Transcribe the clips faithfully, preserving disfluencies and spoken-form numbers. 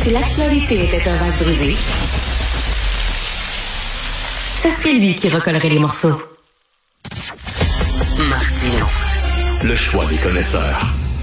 si l'actualité était un vase brisé, ce serait lui qui recollerait les morceaux. Martino. Le choix des connaisseurs.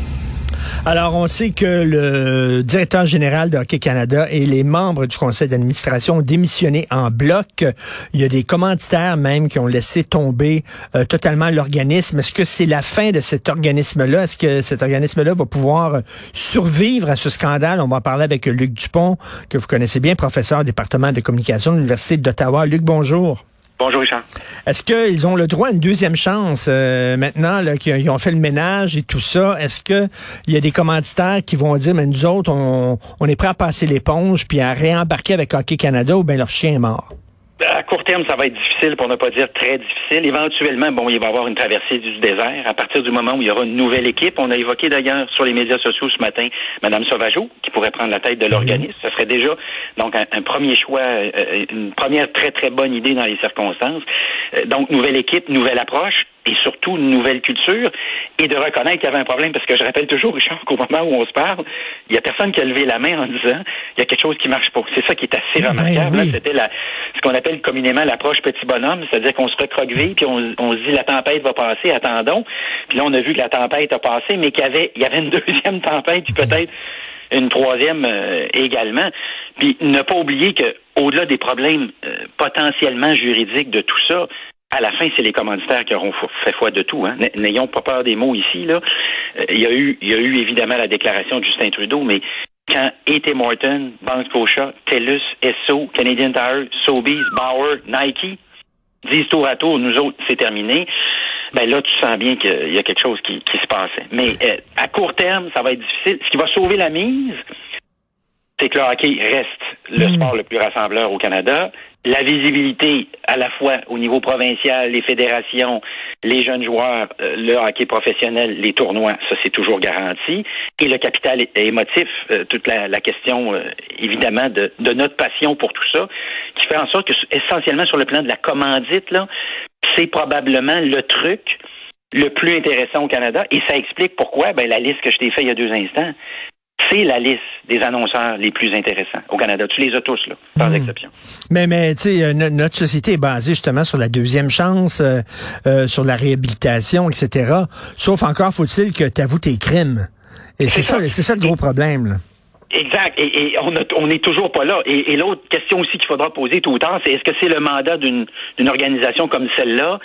Alors, on sait que le directeur général de Hockey Canada et les membres du conseil d'administration ont démissionné en bloc. Il y a des commanditaires même qui ont laissé tomber euh, totalement l'organisme. Est-ce que c'est la fin de cet organisme-là? Est-ce que cet organisme-là va pouvoir survivre à ce scandale? On va en parler avec Luc Dupont, que vous connaissez bien, professeur au département de communication de l'Université d'Ottawa. Luc, bonjour. Bonjour, Richard. Est-ce qu'ils ont le droit à une deuxième chance euh, maintenant là, qu'ils ont fait le ménage et tout ça? Est-ce que il y a des commanditaires qui vont dire, mais nous autres, on, on est prêts à passer l'éponge puis à réembarquer avec Hockey Canada ou bien leur chien est mort? À court terme, ça va être difficile, pour ne pas dire très difficile. Éventuellement, bon, il va y avoir une traversée du désert à partir du moment où il y aura une nouvelle équipe. On a évoqué d'ailleurs sur les médias sociaux ce matin Mme Sauvageau, qui pourrait prendre la tête de l'organisme. Ce serait déjà donc un, un premier choix, euh, une première très très bonne idée dans les circonstances. Euh, donc, nouvelle équipe, nouvelle approche. Et surtout une nouvelle culture, et de reconnaître qu'il y avait un problème, parce que je rappelle toujours, Richard, qu'au moment où on se parle, il y a personne qui a levé la main en disant il y a quelque chose qui marche pas. C'est ça qui est assez remarquable. Ben oui. Là, c'était la, ce qu'on appelle communément l'approche petit bonhomme, c'est-à-dire qu'on se recroqueville, puis on, on se dit la tempête va passer, attendons. Puis là, on a vu que la tempête a passé, mais qu'il y avait, il y avait une deuxième tempête, puis peut-être une troisième euh, également. Puis ne pas oublier que au-delà des problèmes euh, potentiellement juridiques de tout ça, à la fin, c'est les commanditaires qui auront fait foi de tout. Hein. N'ayons pas peur des mots ici. Là, euh, il y a eu, il y a eu évidemment la déclaration de Justin Trudeau, mais quand A T Morton, Banque Scotia, TELUS, Esso, Canadian Tire, Sobeys, Bauer, Nike disent tour à tour, nous autres, c'est terminé. Ben là, tu sens bien qu'il y a quelque chose qui, qui se passait. Mais euh, à court terme, ça va être difficile. Ce qui va sauver la mise, c'est que le hockey reste le sport le plus rassembleur au Canada. La visibilité, à la fois au niveau provincial, les fédérations, les jeunes joueurs, euh, le hockey professionnel, les tournois, ça c'est toujours garanti. Et le capital émotif, euh, toute la, la question, euh, évidemment, de, de notre passion pour tout ça, qui fait en sorte que, essentiellement sur le plan de la commandite, là, c'est probablement le truc le plus intéressant au Canada. Et ça explique pourquoi, ben la liste que je t'ai faite il y a deux instants, c'est la liste des annonceurs les plus intéressants au Canada. Tu les as tous, là, sans mmh. exception. Mais, mais tu sais, no- notre société est basée justement sur la deuxième chance, euh, euh, sur la réhabilitation, et cetera. Sauf encore, faut-il que tu avoues tes crimes. Et c'est, c'est ça, ça, c'est ça le gros problème, là. Exact. Et, et on, a, on est toujours pas là. Et, et l'autre question aussi qu'il faudra poser tout le temps, c'est est-ce que c'est le mandat d'une, d'une organisation comme celle-là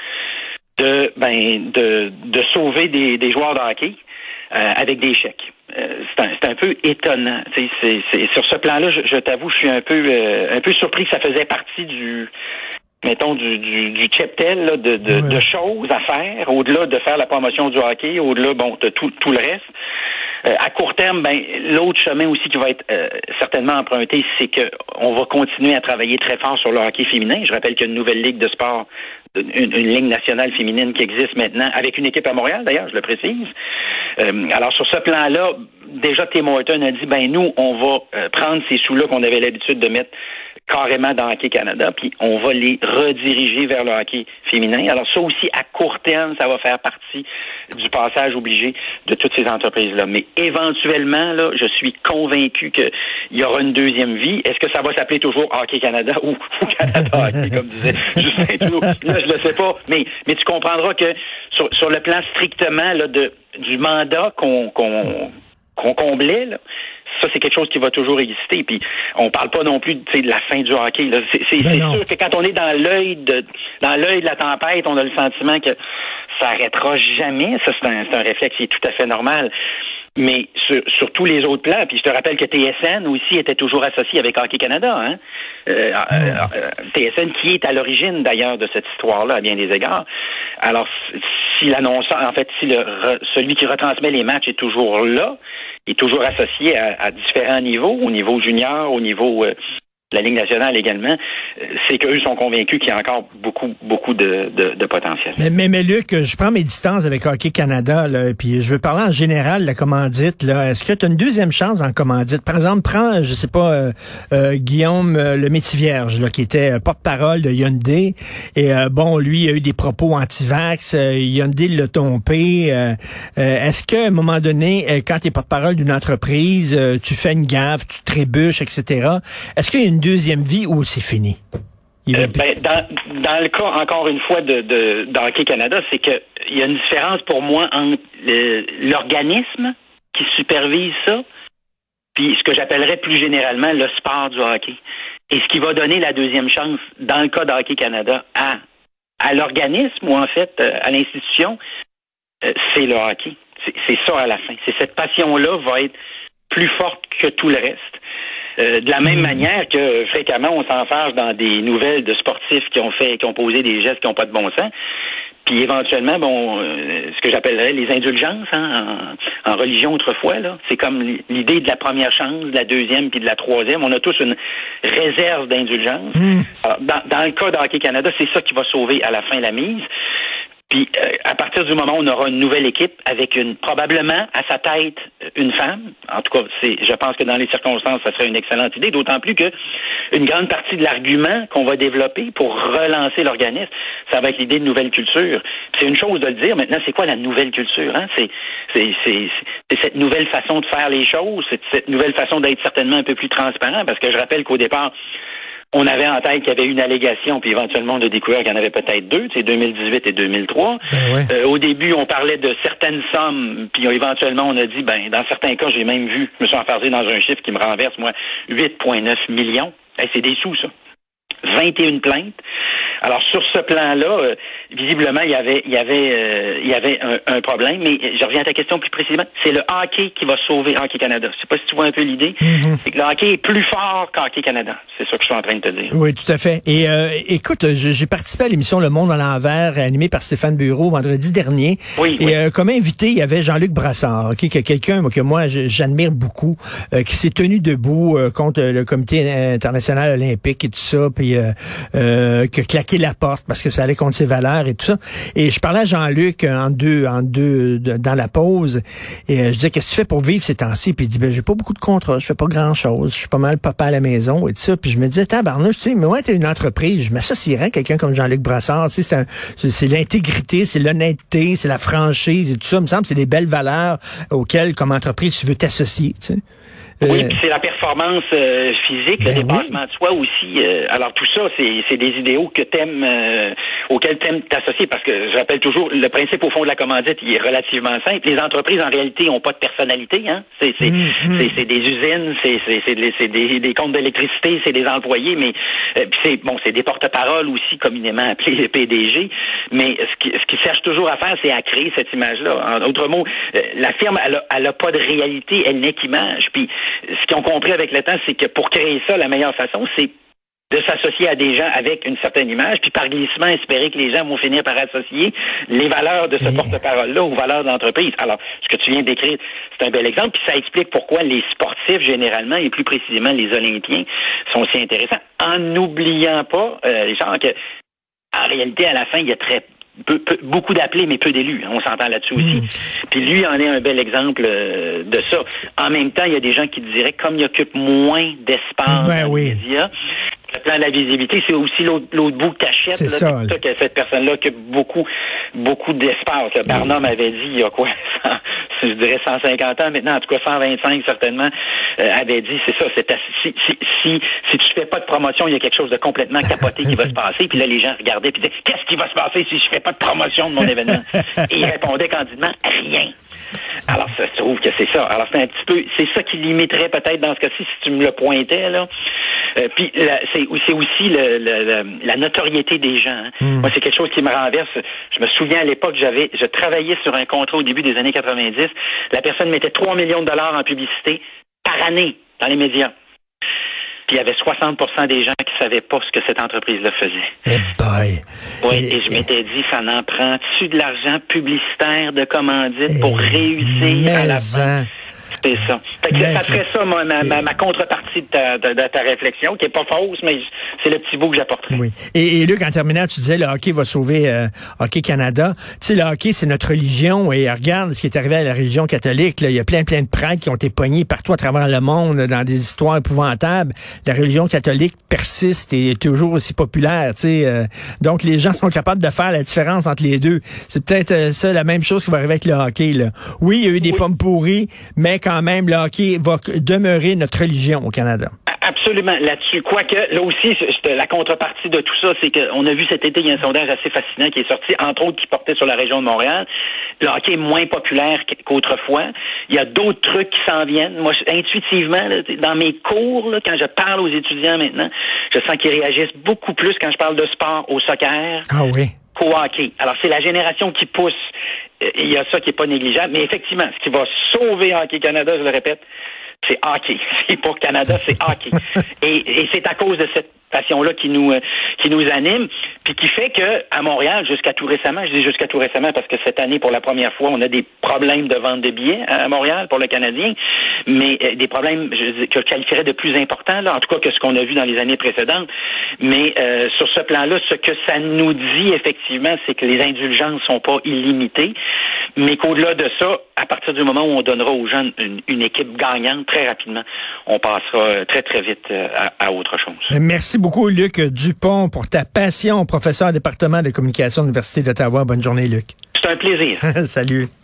de, ben, de, de sauver des, des joueurs de hockey euh, avec des chèques? Euh, c'est, un, c'est un peu étonnant. C'est, c'est, c'est, sur ce plan-là, je, je t'avoue, je suis un peu euh, un peu surpris que ça faisait partie du mettons du, du, du cheptel là, de, de, ouais. de choses à faire, au-delà de faire la promotion du hockey, au-delà bon de tout, tout le reste. Euh, à court terme, ben l'autre chemin aussi qui va être euh, certainement emprunté, c'est que on va continuer à travailler très fort sur le hockey féminin. Je rappelle qu'il y a une nouvelle ligue de sport, une, une ligue nationale féminine qui existe maintenant, avec une équipe à Montréal d'ailleurs, je le précise. Euh, alors sur ce plan-là, déjà Tim Horton a dit, ben nous, on va euh, prendre ces sous-là qu'on avait l'habitude de mettre carrément dans Hockey Canada, puis on va les rediriger vers le hockey féminin. Alors ça aussi, à court terme, ça va faire partie du passage obligé de toutes ces entreprises-là. Mais éventuellement, là, je suis convaincu qu'il y aura une deuxième vie. Est-ce que ça va s'appeler toujours Hockey Canada ou, ou Canada Hockey, comme disait Justin Trudeau? Là, je le sais pas. Mais, mais tu comprendras que sur, sur le plan strictement là, de, du mandat qu'on, qu'on, qu'on comblait, là, ça, c'est quelque chose qui va toujours exister. Puis, on parle pas non plus de la fin du hockey. Là. C'est, c'est, c'est sûr que quand on est dans l'œil de dans l'œil de la tempête, on a le sentiment que ça arrêtera jamais. Ça, c'est un, c'est un réflexe qui est tout à fait normal. Mais sur, sur tous les autres plans, puis je te rappelle que T S N aussi était toujours associé avec Hockey Canada. Hein? Euh, euh, euh, T S N qui est à l'origine d'ailleurs de cette histoire-là à bien des égards. Alors, si l'annonceur, en fait, si le celui qui retransmet les matchs est toujours là, est toujours associé à, à différents niveaux, au niveau junior, au niveau euh, la Ligue nationale également, c'est qu'eux sont convaincus qu'il y a encore beaucoup, beaucoup de, de, de potentiel. Mais, mais, mais Luc, je prends mes distances avec Hockey Canada, là, puis je veux parler en général de la commandite. Là. Est-ce que tu as une deuxième chance en commandite? Par exemple, prends, je sais pas, euh, euh, Guillaume euh, le Métivierge, là, qui était euh, porte-parole de Hyundai. Et euh, bon, lui, il a eu des propos anti-vax. Euh, Hyundai l'a tombé. Euh, euh, est-ce qu'à un moment donné, euh, quand tu es porte-parole d'une entreprise, euh, tu fais une gaffe, tu trébuches, et cetera, est-ce qu'il y a une deuxième vie ou c'est fini? Euh, ben, dans, dans le cas, encore une fois, de, de, de Hockey Canada, c'est que il y a une différence pour moi entre le, l'organisme qui supervise ça, puis ce que j'appellerais plus généralement le sport du hockey. Et ce qui va donner la deuxième chance, dans le cas de Hockey Canada, à, à l'organisme ou en fait à l'institution, euh, c'est le hockey. C'est, c'est ça à la fin. C'est cette passion-là va être plus forte que tout le reste. Euh, de la même manière que fréquemment on s'enfarge dans des nouvelles de sportifs qui ont fait, qui ont posé des gestes qui n'ont pas de bon sens. Puis éventuellement, bon, euh, ce que j'appellerais les indulgences hein, en, en religion autrefois, là, c'est comme l'idée de la première chance, de la deuxième puis de la troisième. On a tous une réserve d'indulgence. Mmh. Alors, dans, dans le cas de Hockey Canada, c'est ça qui va sauver à la fin la mise. Puis, euh, à partir du moment où on aura une nouvelle équipe avec une probablement à sa tête une femme, en tout cas, c'est, je pense que dans les circonstances, ça serait une excellente idée, d'autant plus que une grande partie de l'argument qu'on va développer pour relancer l'organisme, ça va être l'idée de nouvelle culture. Puis c'est une chose de le dire, maintenant, c'est quoi la nouvelle culture? Hein? C'est, c'est, c'est, c'est cette nouvelle façon de faire les choses, c'est cette nouvelle façon d'être certainement un peu plus transparent, parce que je rappelle qu'au départ, on avait en tête qu'il y avait une allégation, puis éventuellement, on a découvert qu'il y en avait peut-être deux, c'est deux mille dix-huit et deux mille trois. Ben ouais. euh, au début, on parlait de certaines sommes, puis éventuellement, on a dit, ben, dans certains cas, j'ai même vu, je me suis enfargé dans un chiffre qui me renverse, moi, huit virgule neuf millions. Hey, c'est des sous, ça. vingt et une plaintes. Alors, sur ce plan-là, euh, visiblement, il y avait, il y avait, euh, il y avait un, un problème, mais je reviens à ta question plus précisément. C'est le hockey qui va sauver Hockey Canada. Je sais pas si tu vois un peu l'idée. Mm-hmm. C'est que le hockey est plus fort qu'Hockey Canada. C'est ça que je suis en train de te dire. Oui, tout à fait. Et euh, écoute, j'ai participé à l'émission Le Monde à l'envers, animée par Stéphane Bureau vendredi dernier. Oui. Et oui. Euh, comme invité, il y avait Jean-Luc Brassard, okay, que quelqu'un que moi j'admire beaucoup, euh, qui s'est tenu debout euh, contre le Comité international olympique et tout ça, puis euh, euh, qui a claqué la porte parce que ça allait contre ses valeurs et tout ça. Et je parlais à Jean-Luc en deux, en deux, de, dans la pause, et euh, je disais, qu'est-ce que tu fais pour vivre ces temps-ci? Puis il dit, ben, j'ai pas beaucoup de contrats, je fais pas grand-chose, je suis pas mal papa à la maison et tout ça. Puis je me disais, tabarnouche, tu sais, mais ouais, t'es une entreprise, je m'associerais à quelqu'un comme Jean-Luc Brassard, tu sais, c'est, un, c'est l'intégrité, c'est l'honnêteté, c'est la franchise et tout ça. Il me semble que c'est des belles valeurs auxquelles, comme entreprise, tu veux t'associer, tu sais. Oui, puis c'est la performance euh, physique, ben le dépassement oui. de soi aussi. Euh, alors tout ça, c'est, c'est des idéaux que t'aimes, euh, auxquels t'aimes t'associer, parce que je rappelle toujours, le principe au fond de la commandite, il est relativement simple. Les entreprises, en réalité, n'ont pas de personnalité. Hein. C'est, c'est, mm-hmm. c'est, c'est des usines, c'est, c'est, c'est, c'est, c'est des, des comptes d'électricité, c'est des employés, mais euh, puis c'est bon, c'est des porte-paroles aussi, communément appelés les P D G. Mais ce qui, ce qu'ils cherchent toujours à faire, c'est à créer cette image-là. En d'autres mots, euh, la firme, elle a, elle a pas de réalité, elle n'est qu'image. Puis ce qu'ils ont compris avec le temps, c'est que pour créer ça, la meilleure façon, c'est de s'associer à des gens avec une certaine image, puis par glissement, espérer que les gens vont finir par associer les valeurs de ce mmh. porte-parole-là aux valeurs de l'entreprise. Alors, ce que tu viens de décrire, c'est un bel exemple, puis ça explique pourquoi les sportifs, généralement, et plus précisément les Olympiens, sont si intéressants, en n'oubliant pas, euh, les gens, que, en réalité, à la fin, il y a très Peu, peu, beaucoup d'appelés, mais peu d'élus. On s'entend là-dessus aussi. Mmh. Puis lui en est un bel exemple euh, de ça. En même temps, il y a des gens qui diraient, comme il occupe moins d'espace ben dans oui. les médias, le plan de la visibilité, c'est aussi l'autre, l'autre bout que t'achètes. C'est là, ça, c'est ça que cette personne-là occupe beaucoup, beaucoup d'espace. Là. Barnum mmh. avait dit, il y a quoi, cent, je dirais cent cinquante ans maintenant, en tout cas cent vingt-cinq certainement, euh, avait dit, c'est ça, c'est si, si, si, si tu fais pas de promotion, il y a quelque chose de complètement capoté qui va se passer. Puis là, les gens regardaient puis disaient, qu'est-ce qui va se passer si je fais pas de promotion de mon événement? Et il répondait candidement, rien. Alors, ça se trouve que c'est ça. Alors, c'est un petit peu, c'est ça qui limiterait peut-être dans ce cas-ci, si tu me le pointais, là. Euh, puis, la, c'est, c'est aussi le, le, le, la notoriété des gens. Hein. Mm. Moi, c'est quelque chose qui me renverse. Je me souviens à l'époque, j'avais, je travaillais sur un contrat au début des années quatre-vingt-dix. La personne mettait trois millions de dollars en publicité par année dans les médias. Puis il y avait soixante pour cent des gens qui savaient pas ce que cette entreprise-là faisait. Eh boy. Oui, et, et je m'étais dit, ça n'en prend-tu de l'argent publicitaire de commandite pour réussir à la fin? C'est ça. Fait que Ben, ça serait ça, ma, ma, ma, ma contrepartie de ta, de, de ta réflexion, qui est pas fausse, mais c'est le petit bout que j'apporterai. Oui. Et, et Luc, en terminant, tu disais le hockey va sauver euh, Hockey Canada. Tu sais, le hockey, c'est notre religion. Et regarde ce qui est arrivé à la religion catholique. Là. Il y a plein, plein de prêtres qui ont été pognés partout à travers le monde dans des histoires épouvantables. La religion catholique persiste et est toujours aussi populaire. Tu sais, euh, donc, les gens sont capables de faire la différence entre les deux. C'est peut-être euh, ça, la même chose qui va arriver avec le hockey. Là. Oui, il y a eu des oui. pommes pourries, mais quand même, le hockey va demeurer notre religion au Canada. Absolument, là-dessus. Quoique, là aussi, la contrepartie de tout ça, c'est qu'on a vu cet été, il y a un sondage assez fascinant qui est sorti, entre autres, qui portait sur la région de Montréal. Le hockey est moins populaire qu'autrefois. Il y a d'autres trucs qui s'en viennent. Moi, intuitivement, là, dans mes cours, là, quand je parle aux étudiants maintenant, je sens qu'ils réagissent beaucoup plus quand je parle de sport au soccer. Ah oui. Qu'au hockey. Alors, c'est la génération qui pousse. Il y a ça qui est pas négligeable. Mais effectivement, ce qui va sauver Hockey Canada, je le répète, c'est hockey. C'est pour Canada, c'est hockey. Et, et c'est à cause de cette passion-là qui nous euh, qui nous anime, puis qui fait que à Montréal, jusqu'à tout récemment, je dis jusqu'à tout récemment parce que cette année, pour la première fois, on a des problèmes de vente de billets à Montréal pour le Canadien, mais euh, des problèmes je, que je qualifierais de plus importants, là, en tout cas que ce qu'on a vu dans les années précédentes. Mais euh, sur ce plan-là, ce que ça nous dit effectivement, c'est que les indulgences sont pas illimitées, mais qu'au-delà de ça, à partir du moment où on donnera aux gens une, une équipe gagnante, très rapidement, on passera très, très vite à, à autre chose. Merci beaucoup, Luc Dupont, pour ta passion, professeur au département de communication de l'Université d'Ottawa. Bonne journée, Luc. C'est un plaisir. Salut.